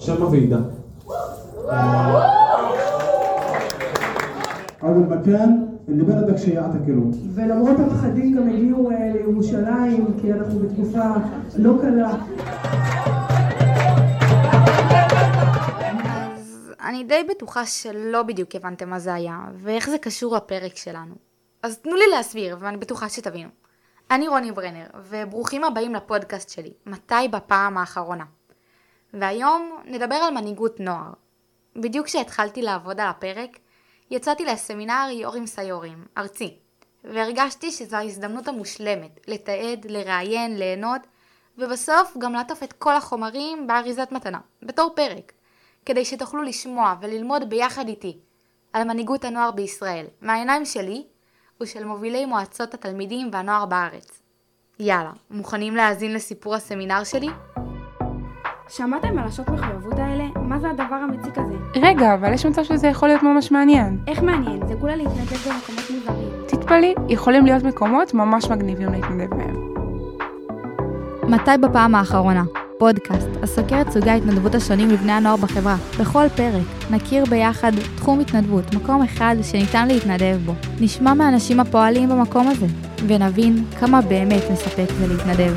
שם הוועידה. هذا المكان اللي بلدك شيعتك له. ולמרות הפחדים גם הגיעו לירושלים, כי אנחנו בתקופה לא קלה. אז אני די בטוחה שלא בדיוק הבנתם מה זה היה, ואיך זה קשור לפרק שלנו. אז תנו לי להסביר, ואני בטוחה שתבינו. אני רוני ברנר, וברוכים הבאים לפודקאסט שלי, מתי בפעם האחרונה. והיום נדבר על מנהיגות נוער. בדיוק כשהתחלתי לעבוד על הפרק, יצאתי לסמינר יורים סיורים, ארצי, והרגשתי שזו ההזדמנות המושלמת, לתעד, לראיין, ליהנות, ובסוף גם לעטוף את כל החומרים באריזת מתנה, בתור פרק, כדי שתוכלו לשמוע וללמוד ביחד איתי על מנהיגות הנוער בישראל, מהעיניים שלי ושל מובילי מועצות התלמידים והנוער בארץ. יאללה, מוכנים להאזין לסיפור הסמינר שלי? שמעתם על השעות מחויבות האלה? מה זה הדבר המציק הזה? רגע, אבל יש מצב שזה יכול להיות ממש מעניין. איך מעניין? זה כולה להתנדב במקומות מוזרים. תתפלאי, יכולים להיות מקומות ממש מגניבים להתנדב בהם. מתי בפעם האחרונה? פודקאסט הסוקר את סוגי ההתנדבות השונים לבני הנוער בחברה. בכל פרק נכיר ביחד תחום התנדבות, מקום אחד שניתן להתנדב בו. נשמע מאנשים הפועלים במקום הזה, ונבין כמה באמת מספק זה להתנדב.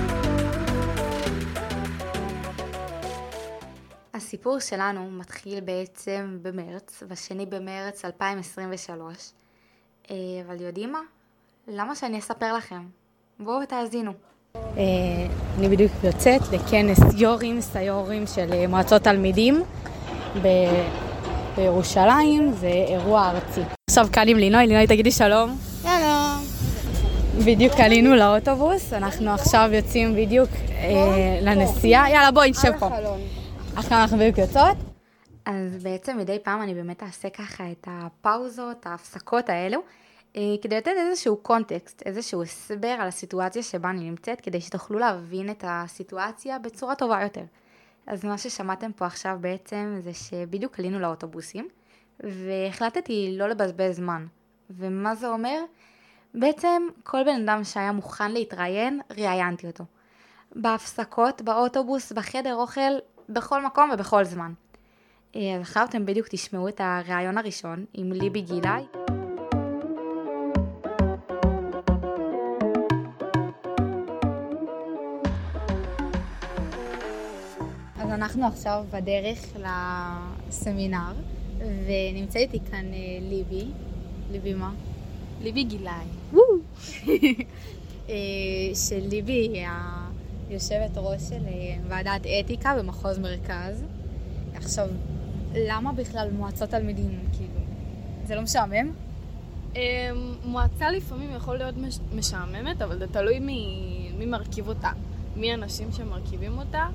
הסיפור שלנו מתחיל בעצם במרץ, בשני במרץ 2023. אבל יודעים מה? למה שאני אספר לכם? בואו ותאזינו. אני בדיוק יוצאת לכנס יורים סיורים של מועצות תלמידים בירושלים, זה אירוע ארצי. עכשיו כאן עם לינוי, תגידי שלום. שלום. בדיוק עלינו לאוטובוס, אנחנו עכשיו יוצאים בדיוק לנסיעה. יאללה בואי נשב פה. עכשיו אנחנו בדיוק יוצאות. אז בעצם מדי פעם אני באמת אעשה ככה את הפאוזות, ההפסקות האלו, כדי לתת איזשהו קונטקסט, איזשהו הסבר על הסיטואציה שבה אני נמצאת, כדי שתוכלו להבין את הסיטואציה בצורה טובה יותר. אז מה ששמעתם פה עכשיו בעצם זה שבדיוק עלינו לאוטובוסים, והחלטתי לא לבזבז זמן. ומה זה אומר? בעצם כל בן אדם שהיה מוכן להתראיין, ראיינתי אותו. בהפסקות, באוטובוס, בחדר אוכל, בכל מקום ובכל זמן. אז עכשיו אתם בדיוק תשמעו את הראיון הראשון עם ליבי גילאי. אז אנחנו עכשיו בדרך לסמינר, ונמצאת איתי כאן ליבי. ליבי מה? ליבי גילאי. שליבי היא יושבת ראש של ועדת אתיקה במחוז מרכז. עכשיו, למה בכלל מועצות תלמידים? כאילו, זה לא משעמם? מועצה לפעמים יכול להיות משעממת, אבל זה תלוי מי מרכיב אותה, מי האנשים שמרכיבים אותה.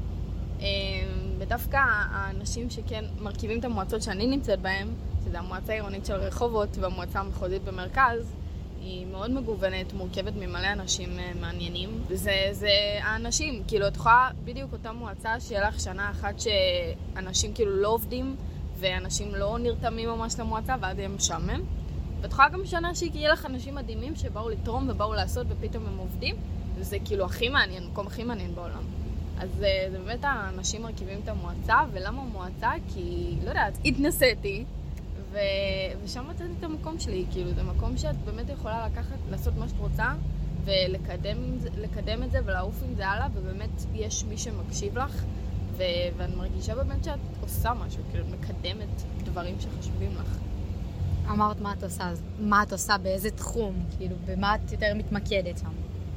ודווקא האנשים שכן מרכיבים את המועצות שאני נמצאת בהם, שזה המועצה העירונית של רחובות והמועצה המחוזית במרכז, היא מאוד מגוונת, מורכבת ממלא אנשים מעניינים. זה האנשים, כאילו את יכולה בדיוק אותה מועצה שיהיה לך שנה אחת שאנשים כאילו לא עובדים ואנשים לא נרתמים ממש למועצה ועד יהיה משעמם. ואת יכולה גם שנה שיהיה לך אנשים מדהימים שבאו לתרום ובאו לעשות ופתאום הם עובדים, וזה כאילו הכי מעניין, מקום הכי מעניין בעולם. אז זה באמת האנשים מרכיבים את המועצה. ולמה מועצה? כי לא יודעת, התנסיתי ושם מצאתי את המקום שלי, כאילו זה מקום שאת באמת יכולה לקחת, לעשות מה שאת רוצה ולקדם את זה ולעוף עם זה הלאה, ובאמת יש מי שמקשיב לך ואני מרגישה באמת שאת עושה משהו, כאילו מקדמת דברים שחשובים לך. אמרת מה את עושה, אז מה את עושה, באיזה תחום, כאילו במה את יותר מתמקדת שם?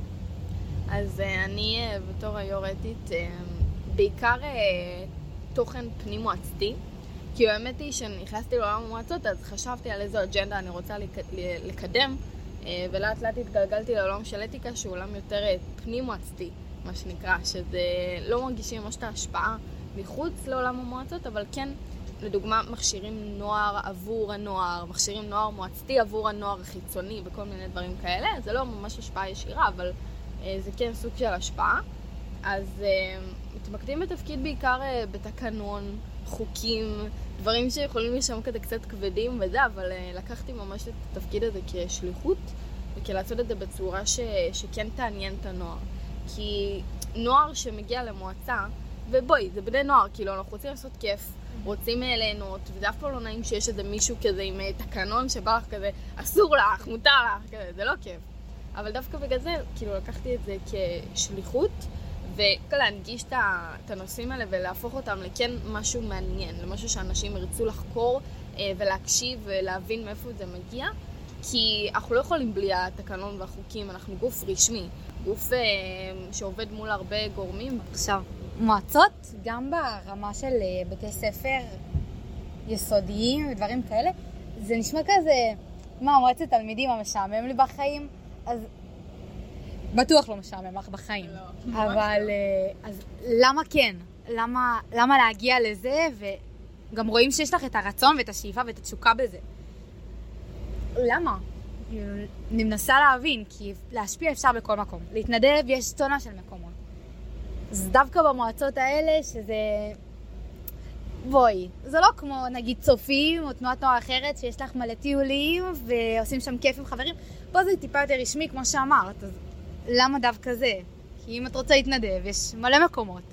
אז אני בתור היו"ר אתית בעיקר תוכן פנים מועצתי, כי האמת היא שנכנסתי לעולם המועצות, אז חשבתי על איזו אג'נדה אני רוצה לקדם, ולאט לאט התגלגלתי לעולם של אתיקה, שהוא עולם יותר פנים מועצתי, מה שנקרא, שזה לא מרגישים ממש את ההשפעה מחוץ לעולם המועצות, אבל כן, לדוגמה, מכשירים נוער עבור הנוער, מכשירים נוער מועצתי עבור הנוער החיצוני, וכל מיני דברים כאלה. זה לא ממש השפעה ישירה, אבל זה כן סוג של השפעה. אז מתמקדים בתפקיד בעיקר בתקנון, חוקים, דברים שיכולים לשם כזה קצת כבדים וזה, אבל לקחתי ממש את התפקיד הזה כשליחות, וכלעשות את זה בצורה שכן תעניין את הנוער. כי נוער שמגיע למועצה, ובואי, זה בני נוער, כאילו, אנחנו רוצים לעשות כיף, רוצים ליהנות, וזה אף פעם לא נעים שיש איזה מישהו כזה עם תקנון שבא לך כזה, אסור לך, מותר לך, כזה, זה לא כיף. אבל דווקא בגלל זה, כאילו, לקחתי את זה כשליחות, ולהנגיש את הנושאים האלה ולהפוך אותם לכן משהו מעניין, למשהו שאנשים ירצו לחקור ולהקשיב ולהבין מאיפה זה מגיע, כי אנחנו לא יכולים בלי התקנון והחוקים, אנחנו גוף רשמי, גוף שעובד מול הרבה גורמים. עכשיו, מועצות, גם ברמה של בתי ספר יסודיים ודברים כאלה, זה נשמע כזה, מה, מועצת תלמידים המשעמם לי בחיים, אז בטוח לא משעמם לך בחיים. לא, אבל אז למה כן? למה להגיע לזה? וגם רואים שיש לך את הרצון ואת השאיפה ואת התשוקה בזה. למה? אני מנסה להבין, כי להשפיע אפשר בכל מקום. להתנדב יש טונה של מקומות. אז דווקא במועצות האלה שזה... בואי, זה לא כמו נגיד צופים או תנועת נוער אחרת שיש לך מלא טיולים ועושים שם כיף עם חברים. פה זה טיפה יותר רשמי כמו שאמרת, אז למה דווקא זה? כי אם את רוצה להתנדב, יש מלא מקומות.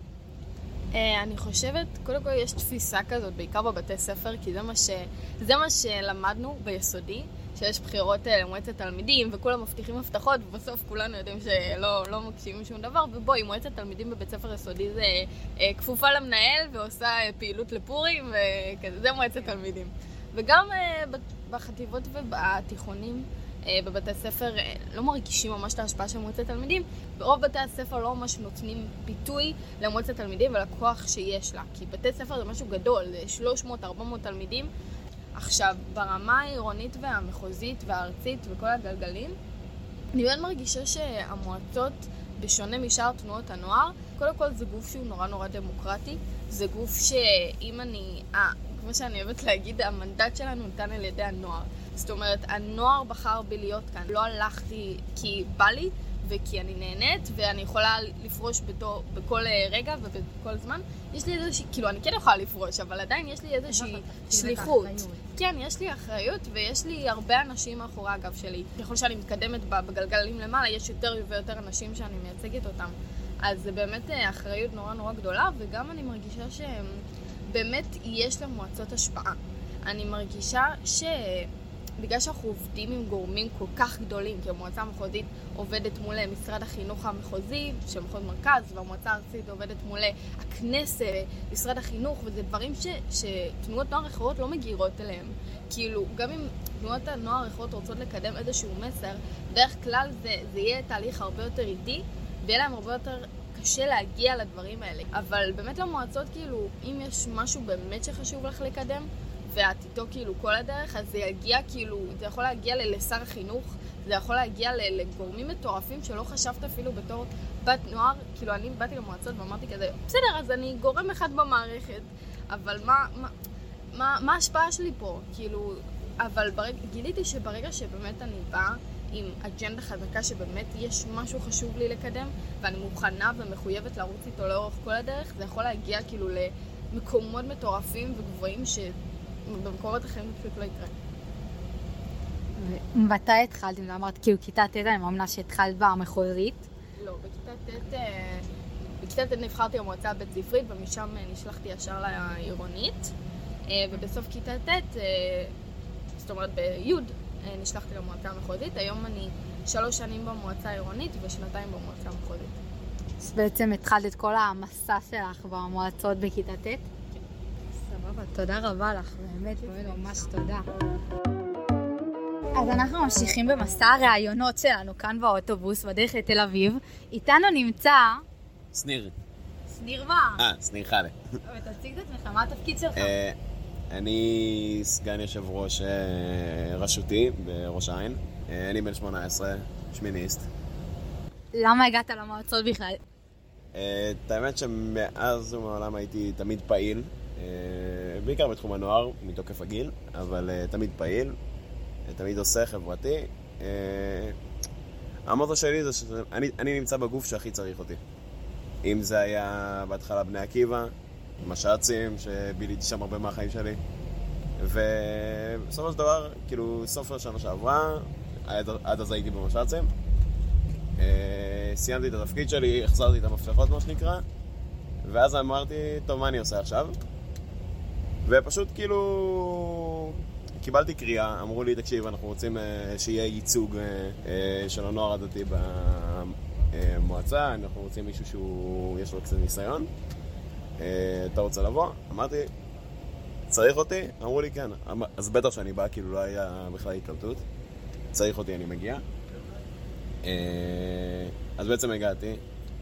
אני חושבת, קודם כל יש תפיסה כזאת, בעיקר בבתי ספר, כי זה מה שלמדנו ביסודי, שיש בחירות למועצת תלמידים, וכולם מבטיחים הבטחות, ובסוף כולנו יודעים שלא מקשיבים שום דבר, ובואי, מועצת תלמידים בבית ספר יסודי זה כפופה למנהל, ועושה פעילות לפורים, וכזה, זה מועצת תלמידים. וגם בחטיבות ובתיכונים, בבתי ספר לא מרגישים ממש את ההשפעה של מועצת תלמידים, ברוב בתי הספר לא ממש נותנים ביטוי למועצת תלמידים ולכוח שיש לה, כי בתי ספר זה משהו גדול, זה 300-400 תלמידים. עכשיו, ברמה העירונית והמחוזית והארצית וכל הגלגלים, אני באמת מרגישה שהמועצות, בשונה משאר תנועות הנוער, קודם כל זה גוף שהוא נורא דמוקרטי, זה גוף שאם כמו שאני אוהבת להגיד, המנדט שלנו ניתן על ידי הנוער. זאת אומרת, הנוער בחר בי להיות כאן. לא הלכתי כי בא לי וכי אני נהנית ואני יכולה לפרוש בכל רגע ובכל זמן. יש לי איזושהי, כאילו אני כן יכולה לפרוש, אבל עדיין יש לי איזושהי שליחות. כן, יש לי אחריות ויש לי הרבה אנשים מאחורי הגב שלי. ככל שאני מתקדמת בגלגלים למעלה, יש יותר ויותר אנשים שאני מייצגת אותם. אז זה באמת אחריות נורא גדולה, וגם אני מרגישה שבאמת יש למועצות השפעה. אני מרגישה בגלל שאנחנו עובדים עם גורמים כל כך גדולים, כי המועצה המחוזית עובדת מול משרד החינוך המחוזי, של מחוז מרכז, והמועצה הארצית עובדת מול הכנסת, משרד החינוך, וזה דברים שתנועות נוער אחרות לא מגיעות אליהם. כאילו, גם אם תנועות הנוער אחרות רוצות לקדם איזשהו מסר, דרך כלל זה יהיה תהליך הרבה יותר איטי, ויהיה להם הרבה יותר קשה להגיע לדברים האלה. אבל באמת למועצות, כאילו, אם יש משהו באמת שחשוב לך לקדם, ואת איתו כאילו כל הדרך, אז זה יגיע כאילו, זה יכול להגיע לשר החינוך, זה יכול להגיע לגורמים מטורפים שלא חשבת אפילו בתור בת נוער. כאילו אני באתי למועצות ואמרתי כזה, בסדר, אז אני גורם אחד במערכת, אבל מה ההשפעה שלי פה? כאילו, אבל גיליתי שברגע שבאמת אני באה עם אג'נדה חזקה שבאמת יש משהו חשוב לי לקדם, ואני מוכנה ומחויבת לרוץ איתו לאורך כל הדרך, זה יכול להגיע כאילו למקומות מטורפים וגבוהים במקומות אחרים פשוט לא יקרה. מתי התחלת? אם אמרת כאילו כיתה ט', אני מאמינה שהתחלת במחוזית? לא, בכיתה ט' נבחרתי למועצה הבית ספרית, ומשם נשלחתי ישר לעירונית, ובסוף כיתה ט', זאת אומרת בי' נשלחתי למועצה המחוזית. היום אני 3 שנים במועצה העירונית ו2 במועצה המחוזית. אז בעצם התחלת את כל המסע שלך במועצות בכיתה ט'? סבבה, תודה רבה לך, באמת ממש תודה. אז אנחנו ממשיכים במסע הרעיונות שלנו כאן באוטובוס בדרך לתל אביב. איתנו נמצא... שניר. שניר מה? שניר חלה. ותציג את עצמך, מה התפקיד שלך? אני סגן יושב ראש רשותי בראש העין. אני בן 18, שמיניסט. למה הגעת למועצות בכלל? את האמת שמאז ומעולם הייתי תמיד פעיל. בעיקר בתחום הנוער, מתוקף הגיל, אבל תמיד פעיל, תמיד עושה חברתי. המוטו שלי זה שאני נמצא בגוף שהכי צריך אותי. אם זה היה בהתחלה בני עקיבא, מש"צים, שביליתי שם הרבה מהחיים שלי. ובסופו של דבר, כאילו, סוף השנה שעברה, עד אז הייתי במש"צים. סיימתי את התפקיד שלי, החזרתי את המפתחות, מה שנקרא, ואז אמרתי, טוב, מה אני עושה עכשיו? ופשוט כאילו קיבלתי קריאה, אמרו לי, תקשיב, אנחנו רוצים שיהיה ייצוג של הנוער הדתי במועצה, אנחנו רוצים מישהו שיש לו קצת ניסיון, אתה רוצה לבוא? אמרתי, צריך אותי? אמרו לי כן, אז בטח שאני בא, כאילו לא היה בכלל התלבטות, צריך אותי, אני מגיע. אז בעצם הגעתי,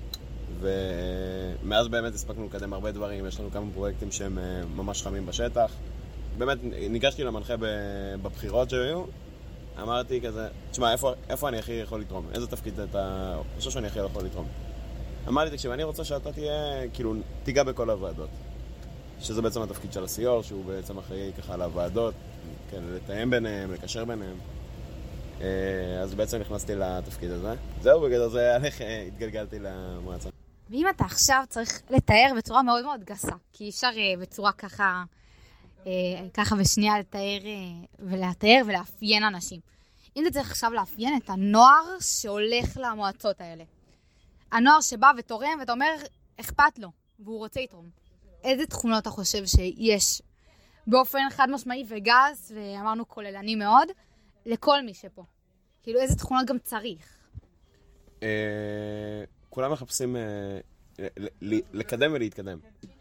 ומאז באמת הספקנו לקדם הרבה דברים, יש לנו כמה פרויקטים שהם ממש חמים בשטח. באמת ניגשתי למנחה בבחירות שהיו, אמרתי כזה, תשמע, איפה אני הכי יכול לתרום? איזה תפקיד אתה חושב שאני הכי יכול לתרום? אמרתי, תקשיב, אני רוצה שאתה תהיה, כאילו, תיגע בכל הוועדות. שזה בעצם התפקיד של הסיור, שהוא בעצם אחראי ככה על הוועדות, כן, לתאם ביניהם, לקשר ביניהם. אז בעצם נכנסתי לתפקיד הזה. זהו, בגלל זה התגלגלתי למועצה. ואם אתה עכשיו צריך לתאר בצורה מאוד מאוד גסה, כי אפשר בצורה ככה בשנייה לתאר ולאפיין אנשים. אם אתה צריך עכשיו לאפיין את הנוער שהולך למועצות האלה. הנוער שבא ותורם ואתה אומר, אכפת לו, והוא רוצה לתרום. איזה תכונות אתה חושב שיש באופן חד משמעי וגס, ואמרנו כוללני מאוד, לכל מי שפה? כאילו איזה תכונות גם צריך? כולם מחפשים לקדם ולהתקדם.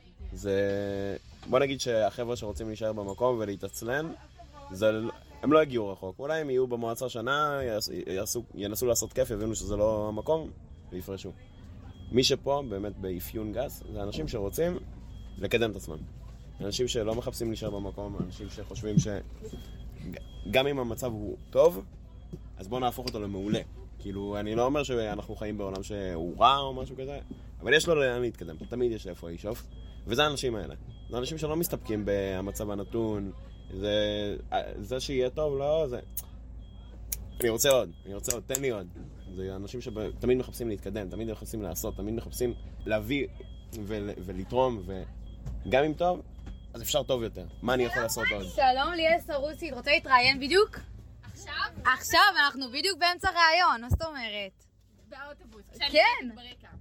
בוא נגיד שהחבר'ה שרוצים להישאר במקום ולהתעצלן, הם לא הגיעו רחוק. אולי הם יהיו במועצה שנה, ינסו לעשות כיף, יבינו שזה לא המקום, ויפרשו. מי שפה, באמת באפיון גס, זה אנשים שרוצים לקדם את עצמם. אנשים שלא מחפשים להישאר במקום, אנשים שחושבים שגם אם המצב הוא טוב, אז בואו נהפוך אותו למעולה. כאילו, אני לא אומר שאנחנו חיים בעולם שהוא רע או משהו כזה, אבל יש לו לאן להתקדם, תמיד יש איפה לשאוף, וזה האנשים האלה. זה אנשים שלא מסתפקים במצב הנתון, זה שיהיה טוב, לא, זה... אני רוצה עוד, תן לי עוד. זה אנשים שתמיד מחפשים להתקדם, תמיד מחפשים לעשות, תמיד מחפשים להביא ולתרום, וגם אם טוב, אז אפשר טוב יותר. מה אני יכול לעשות עוד? שלום, ליאל סרוסי, רוצה להתראיין בדיוק? עכשיו, אנחנו בדיוק באמצע ראיון, מה זאת אומרת? באוטובוס. כן.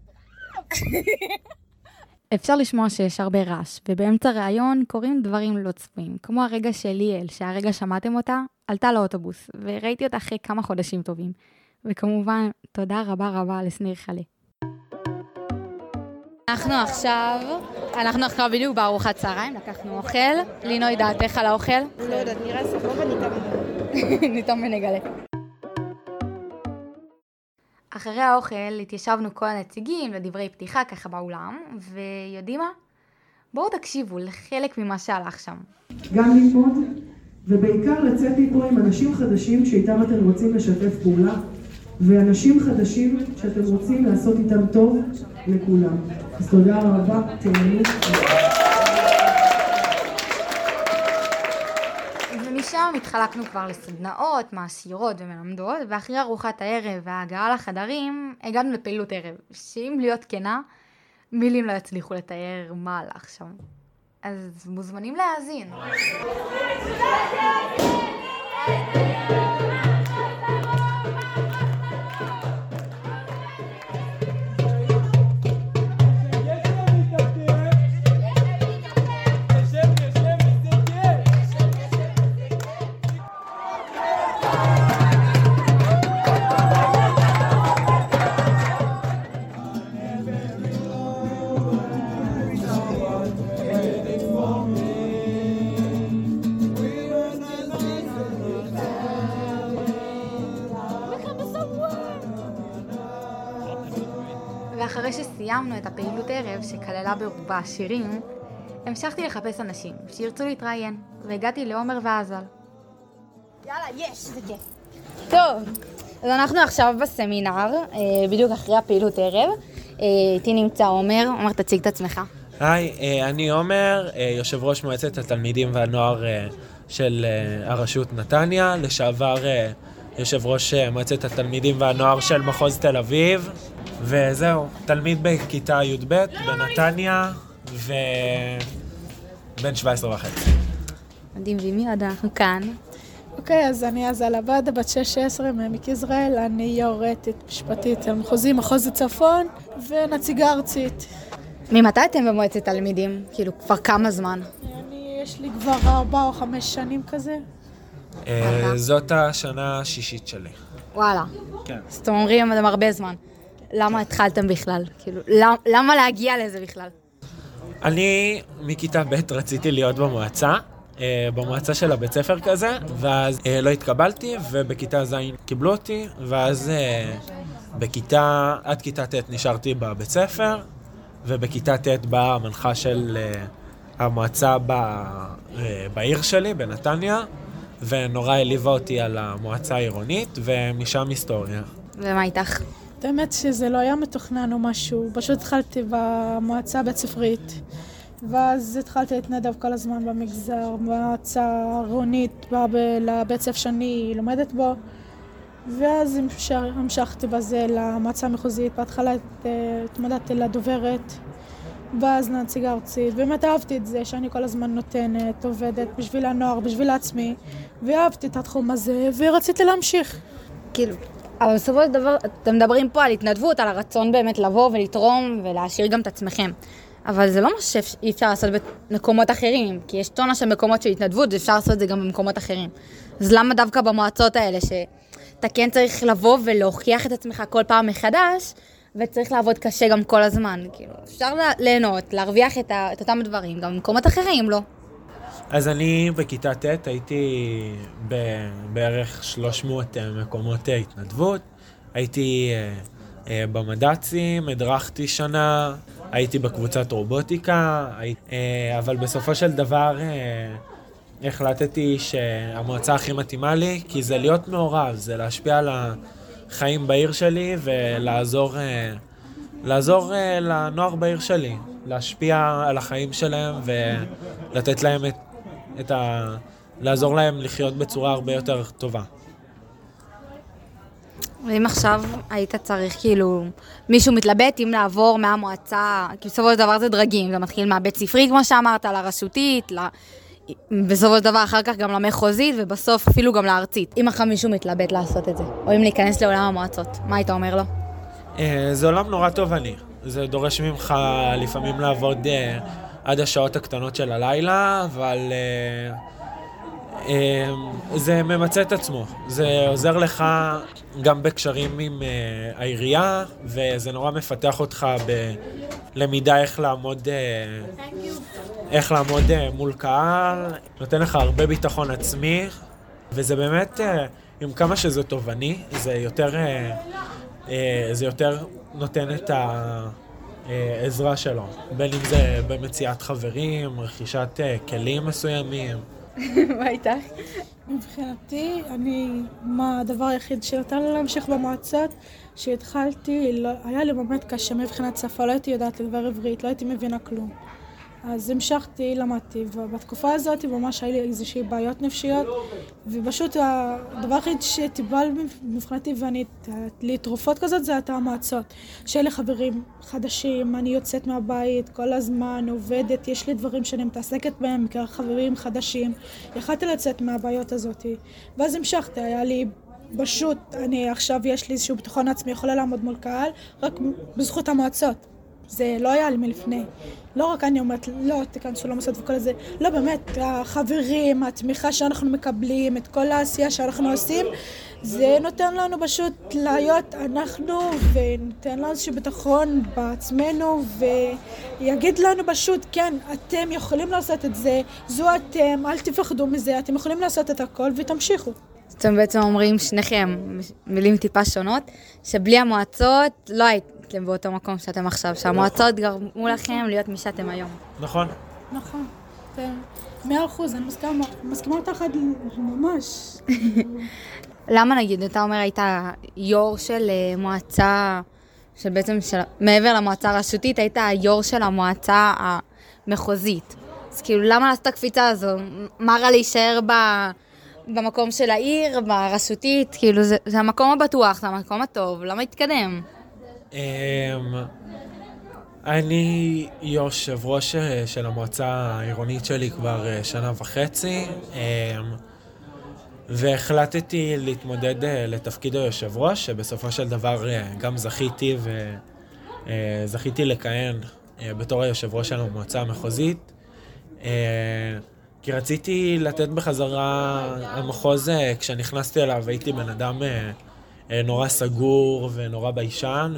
אפשר לשמוע שיש הרבה רעש, ובאמצע ראיון קורים דברים לא צפויים, כמו הרגע של ליאל, שהרגע שמעתם אותה, עלתה לאוטובוס, וראיתי אותה אחרי כמה חודשים טובים. וכמובן, תודה רבה רבה לשניר חלה. אנחנו עכשיו בדיוק בארוחת צהריים, לקחנו אוכל. לינוי, דעתך על האוכל? לא יודעת, נראה סבבה, ניתן ונגלה. אחרי האוכל התיישבנו כל הנציגים לדברי פתיחה ככה באולם, ויודעים מה? בואו תקשיבו לחלק ממה שהלך שם. גם ללמוד, ובעיקר לצאת מפה עם אנשים חדשים שאיתם אתם רוצים לשתף פעולה, ואנשים חדשים שאתם רוצים לעשות איתם טוב לכולם. אז תודה רבה, תהנו. ומשם התחלקנו כבר לסדנאות, מעשירות ומלמדות, ואחרי ארוחת הערב וההגעה לחדרים, הגענו לפעילות ערב, שאם להיות כנה, מילים לא יצליחו לתאר מה הלך שם. אז מוזמנים להאזין. ואחרי שסיימנו את הפעילות ערב שכללה ברובה שירים, המשכתי לחפש אנשים שירצו להתראיין, והגעתי לעומר ואזל. יאללה, יש, זה כיף. טוב, אז אנחנו עכשיו בסמינר, בדיוק אחרי הפעילות ערב. איתי נמצא עומר. עומר, תציג את עצמך. היי, אני עומר, יושב ראש מועצת התלמידים והנוער של הרשות נתניה, לשעבר יושב ראש מועצת התלמידים והנוער של מחוז תל אביב, וזהו, תלמיד בכיתה י"ב בנתניה, ובן 17.5. מדהים, ומיד אנחנו כאן. אוקיי, אז אני אזל עבדה, בת 16 מעמק יזרעאל, אני יועצת משפטית על מחוזי מחוז הצפון ונציגה ארצית. ממתי אתם במועצת תלמידים? כאילו, כבר כמה זמן? יש לי כבר 4 או 5 שנים כזה. זאת השנה השישית שלי. וואלה. כן. אז אתם אומרים, אתם הרבה זמן. למה התחלתם בכלל? כאילו, למה להגיע לזה בכלל? אני מכיתה ב' רציתי להיות במועצה של הבית ספר כזה, ואז לא התקבלתי, ובכיתה ז' קיבלו אותי, ואז עד כיתה ט' נשארתי בבית ספר, ובכיתה ט' באה המנחה של המועצה בעיר שלי, בנתניה, ונורא העליבה אותי על המועצה העירונית, ומשם היסטוריה. ומה איתך? האמת שזה לא היה מתוכנן או משהו, פשוט התחלתי במועצה בית ספרית, ואז התחלתי להתנדב כל הזמן במגזר, במועצה העירונית, לבית ספר שאני לומדת בו, ואז המשכתי בזה למועצה המחוזית, בהתחלה התמודדתי לדוברת, ואז נציגה ארצית, באמת אהבתי את זה שאני כל הזמן נותנת, עובדת בשביל הנוער, בשביל עצמי, ואהבתי את התחום הזה, ורציתי להמשיך. כאילו, אבל בסופו של דבר, אתם מדברים פה על התנדבות, על הרצון באמת לבוא ולתרום ולהשאיר גם את עצמכם. אבל זה לא משהו שאי אפשר לעשות במקומות אחרים, כי יש טונה של מקומות של התנדבות, ואפשר לעשות את זה גם במקומות אחרים. אז למה דווקא במועצות האלה, שאתה כן צריך לבוא ולהוכיח את עצמך כל פעם מחדש, וצריך לעבוד קשה גם כל הזמן. כאילו, אפשר ליהנות, להרוויח את אותם דברים, גם במקומות אחרים, לא? אז אני בכיתה ט' הייתי בערך 300 מקומות התנדבות. הייתי במד"צים, הדרכתי שנה, הייתי בקבוצת רובוטיקה, אבל בסופו של דבר החלטתי שהמועצה הכי מתאימה לי, כי זה להיות מעורב, זה להשפיע על החיים בעיר שלי ולעזור לנוער בעיר שלי, להשפיע על החיים שלהם ולתת להם לעזור להם לחיות בצורה הרבה יותר טובה. ואם עכשיו היית צריך כאילו, מישהו מתלבט אם לעבור מהמועצה, כי בסופו של דבר זה דרגים, זה מתחיל מהבית ספרי כמו שאמרת, לרשותית, בסופו של דבר אחר כך גם למחוזית, ובסוף אפילו גם לארצית. אם עכשיו מישהו מתלבט לעשות את זה, או אם להיכנס לעולם המועצות, מה היית אומר לו? זה עולם נורא תובעני. זה דורש ממך לפעמים לעבוד עד השעות הקטנות של הלילה, אבל זה ממצא את עצמו. זה עוזר לך גם בקשרים עם העירייה, וזה נורא מפתח אותך בלמידה איך לעמוד מול קהל, נותן לך הרבה ביטחון עצמי, וזה באמת, עם כמה שזה תובעני, זה יותר נותן את העזרה שלו, בין אם זה במציאת חברים, רכישת כלים מסוימים. מה איתך? מבחינתי, הדבר היחיד שנתן לי להמשיך במועצות, שהתחלתי, היה לי באמת קשה מבחינת שפה, לא הייתי יודעת לדבר עברית, לא הייתי מבינה כלום. אז המשכתי, למדתי, ובתקופה הזאת ממש היה לי איזושהי בעיות נפשיות, ופשוט הדבר היחיד שטיבל מבחינתי ואני לי תרופות כזאת זה את המועצות. שיהיה לי חברים חדשים, אני יוצאת מהבית כל הזמן, עובדת, יש לי דברים שאני מתעסקת בהם, מכיר חברים חדשים, יכלתי לצאת מהבעיות הזאת, ואז המשכתי, היה לי פשוט, עכשיו יש לי איזשהו ביטחון עצמי, יכולה לעמוד מול קהל, רק בזכות המועצות. זה לא היה לי מלפני. לא רק אני אומרת, לא, תכנסו למוסד וכל זה. לא, באמת, החברים, התמיכה שאנחנו מקבלים, את כל העשייה שאנחנו עושים, זה נותן לנו פשוט להיות אנחנו, ונותן לנו איזשהו ביטחון בעצמנו, ויגיד לנו פשוט, כן, אתם יכולים לעשות את זה, זו אתם, אל תפחדו מזה, אתם יכולים לעשות את הכל ותמשיכו. אתם בעצם אומרים שניכם, מילים טיפה שונות, שבלי המועצות לא הייתם באותו מקום שאתם עכשיו, שהמועצות גרמו לכם להיות מי שאתם היום. נכון. נכון. 100%, אני מסכימה אותך ממש. למה נגיד, אתה אומר, היית יו"ר של מועצה, שבעצם מעבר למועצה הרשותית, היית היו"ר של המועצה המחוזית. אז כאילו, למה לעשות את הקפיצה הזו? מה רע להישאר במקום של העיר, ברשותית? כאילו, זה המקום הבטוח, זה המקום הטוב, למה להתקדם? אני יושב ראש של המועצה העירונית שלי כבר 1.5 שנה, והחלטתי להתמודד לתפקיד היושב ראש, שבסופו של דבר גם זכיתי לכהן בתור היושב ראש של המועצה המחוזית, כי רציתי לתת בחזרה המחוז. כשנכנסתי אליו הייתי בן אדם נורא סגור ונורא ביישן,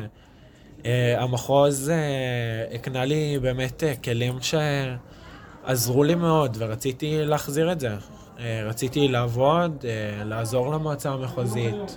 והמחוז הקנה לי באמת כלים שעזרו לי מאוד, ורציתי להחזיר את זה. רציתי לעבוד, לעזור למועצה המחוזית,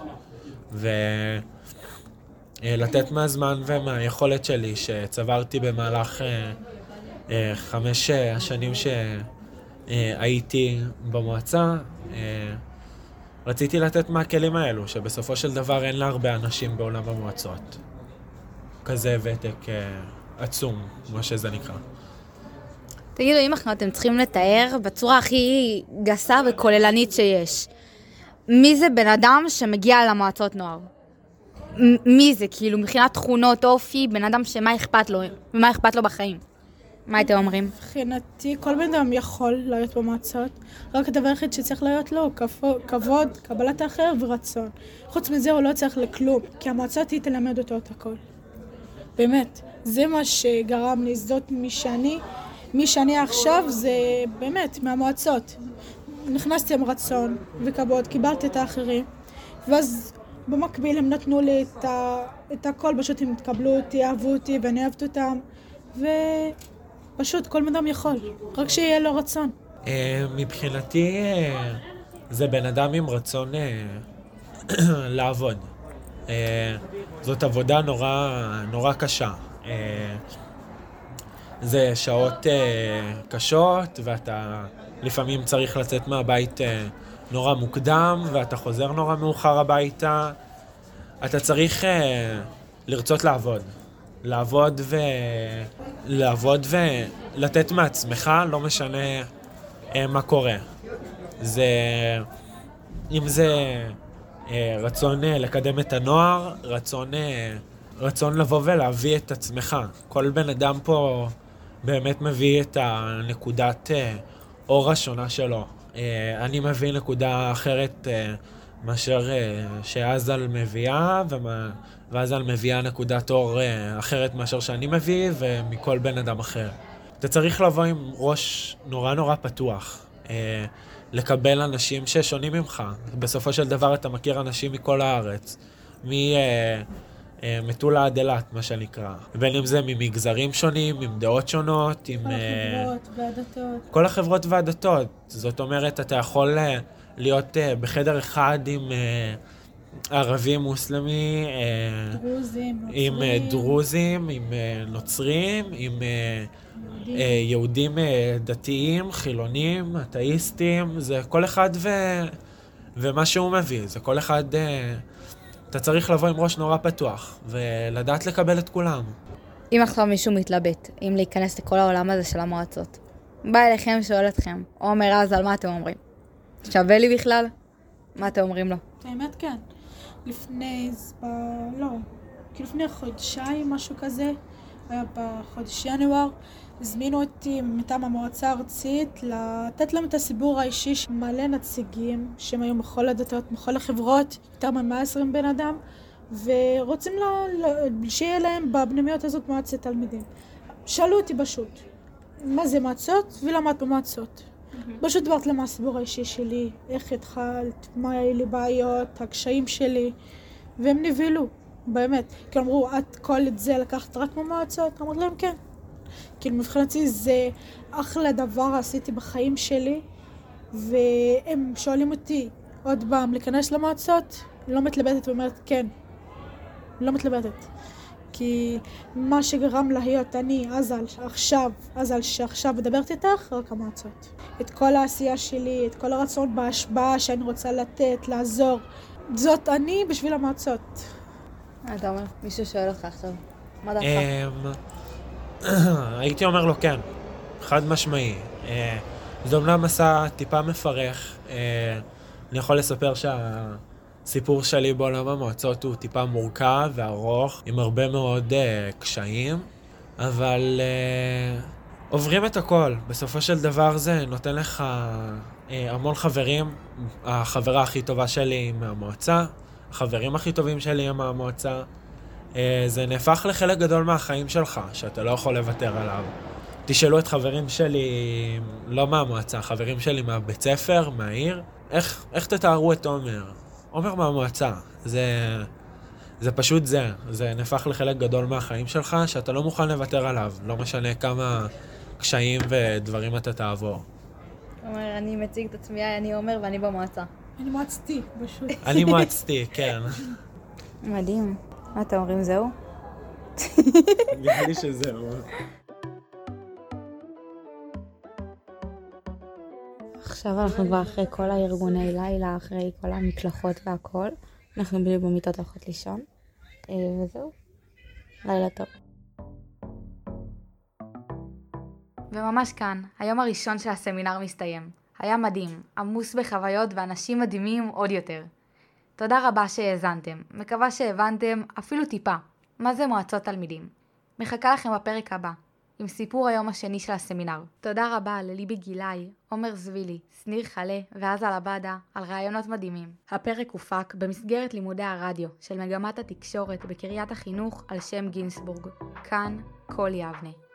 ולתת מהזמן ומהיכולת שלי שצברתי במהלך 5 השנים שהייתי במועצה. רציתי לתת מהכלים האלו, שבסופו של דבר אין לה הרבה אנשים בעולם המועצות. כזה ותק עצום, כמו שזה נקרא. תגידו, אם אתם צריכים לתאר בצורה הכי גסה וכוללנית שיש, מי זה בן אדם שמגיע למועצות נוער? מי זה? כאילו, מבחינת תכונות, אופי, בן אדם שמה אכפת לו? ומה אכפת לו בחיים? מה אתם אומרים? מבחינתי, כל בן אדם יכול להיות במועצות, רק הדבר היחיד שצריך להיות לו, כבוד, קבלת האחר ורצון. חוץ מזה הוא לא צריך לכלום, כי המועצות היא תלמד אותו את הכל. באמת, זה מה שגרם לי, זאת מי שאני עכשיו זה באמת מהמועצות. נכנסתי עם רצון וכבוד, קיבלתי את האחרים, ואז במקביל הם נתנו לי את הכל, פשוט הם התקבלו אותי, אהבו אותי ואני אהבת אותם, ופשוט כל אדם יכול, רק שיהיה לו רצון. מבחינתי זה בן אדם עם רצון לעבוד. זאת עבודה נורא קשה. זה שעות קשות, ואתה לפעמים צריך לצאת מהבית נורא מוקדם, ואתה חוזר נורא מאוחר הביתה. אתה צריך לרצות לעבוד ולתת מעצמך, לא משנה מה קורה. אם זה רצון לקדם את הנוער, רצון לבוא ולהביא את עצמך. כל בן אדם פה באמת מביא את הנקודת אור השונה שלו. אני מביא נקודה אחרת מאשר שאזל מביאה, ואזל מביאה נקודת אור אחרת מאשר שאני מביא ומכל בן אדם אחר. אתה צריך לבוא עם ראש נורא פתוח, לקבל אנשים ששונים ממך. בסופו של דבר אתה מכיר אנשים מכל הארץ, מטולה עד אילת, מה שנקרא. בין אם זה ממגזרים שונים, עם דעות שונות, עם החברות והדתות. כל החברות והדתות. זאת אומרת, אתה יכול להיות בחדר אחד עם ערבים, מוסלמי, דרוזים, עם דרוזים, עם נוצרים, עם יהודים דתיים, חילונים, אתאיסטים. זה כל אחד ומה שהוא מביא. זה כל אחד... אתה צריך לבוא עם ראש נורא פתוח, ולדעת לקבל את כולם. אם עכשיו מישהו מתלבט, אם להיכנס לכל העולם הזה של המועצות, בא אליכם ושואל אתכם, עומר אזל, מה אתם אומרים? שווה לי בכלל? מה אתם אומרים לו? האמת כן. לפני חודשיים, משהו כזה, היה בחודש ינואר, הזמינו אותי מטעם המועצה הארצית לתת להם את הסיפור האישי של מלא נציגים שהם היו מכל הדתות, מכל החברות, יותר מ-120 בן אדם, ורוצים שיהיה להם בפנימיות הזאת מועצת תלמידים. שאלו אותי פשוט, מה זה מועצות ולמה את במועצות? פשוט דברת למה הסיפור האישי שלי, איך התחלת, מה היה לי בעיות, הקשיים שלי, והם נבהלו, באמת. כי אמרו, את כל את זה לקחת רק במועצות? אמרת להם כן. כאילו מבחינתי זה אחלה דבר עשיתי בחיים שלי, והם שואלים אותי עוד פעם להיכנס למועצות, לא מתלבטת ואומרת כן, לא מתלבטת. כי מה שגרם להיות אני אזל שעכשיו מדברת איתך, רק המועצות. את כל העשייה שלי, את כל הרצון בהשפעה שאני רוצה לתת, לעזור, זאת אני בשביל המועצות. אתה אומר, מישהו שואל אותך עכשיו, מה דעתך? הייתי אומר לו כן, חד משמעי. זה אומנם מסע טיפה מפרך. אני יכול לספר שהסיפור שלי בעולם המועצות הוא טיפה מורכב וארוך, עם הרבה מאוד קשיים, אבל עוברים את הכל. בסופו של דבר זה נותן לך המון חברים. החברה הכי טובה שלי היא מהמועצה, החברים הכי טובים שלי הם מהמועצה. זה נהפך לחלק גדול מהחיים שלך, שאתה לא יכול לוותר עליו. תשאלו את חברים שלי, לא מהמועצה, חברים שלי מהבית ספר, מהעיר, איך תתארו את עומר? עומר מהמועצה. זה פשוט זה נהפך לחלק גדול מהחיים שלך, שאתה לא מוכן לוותר עליו, לא משנה כמה קשיים ודברים אתה תעבור. עומר, אני מציג את עצמי, אני עומר ואני במועצה. אני מועצתי, פשוט. אני מועצתי, כן. מדהים. מה אתם אומרים, זהו? נראה לי שזהו. עכשיו אנחנו כבר אחרי כל הארגוני לילה, אחרי כל המקלחות והכל. אנחנו בלי במיטות הולכות לישון. וזהו. לילה טוב. וממש כאן, היום הראשון של הסמינר מסתיים. היה מדהים, עמוס בחוויות ואנשים מדהימים עוד יותר. תודה רבה שהאזנתם, מקווה שהבנתם אפילו טיפה מה זה מועצות תלמידים. מחכה לכם בפרק הבא, עם סיפור היום השני של הסמינר. תודה רבה לליבי גילאי, עומר זבילי, שניר חלה ועזה לבדה על רעיונות מדהימים. הפרק הופק במסגרת לימודי הרדיו של מגמת התקשורת בקריית החינוך על שם גינסבורג. כאן כל יבנה.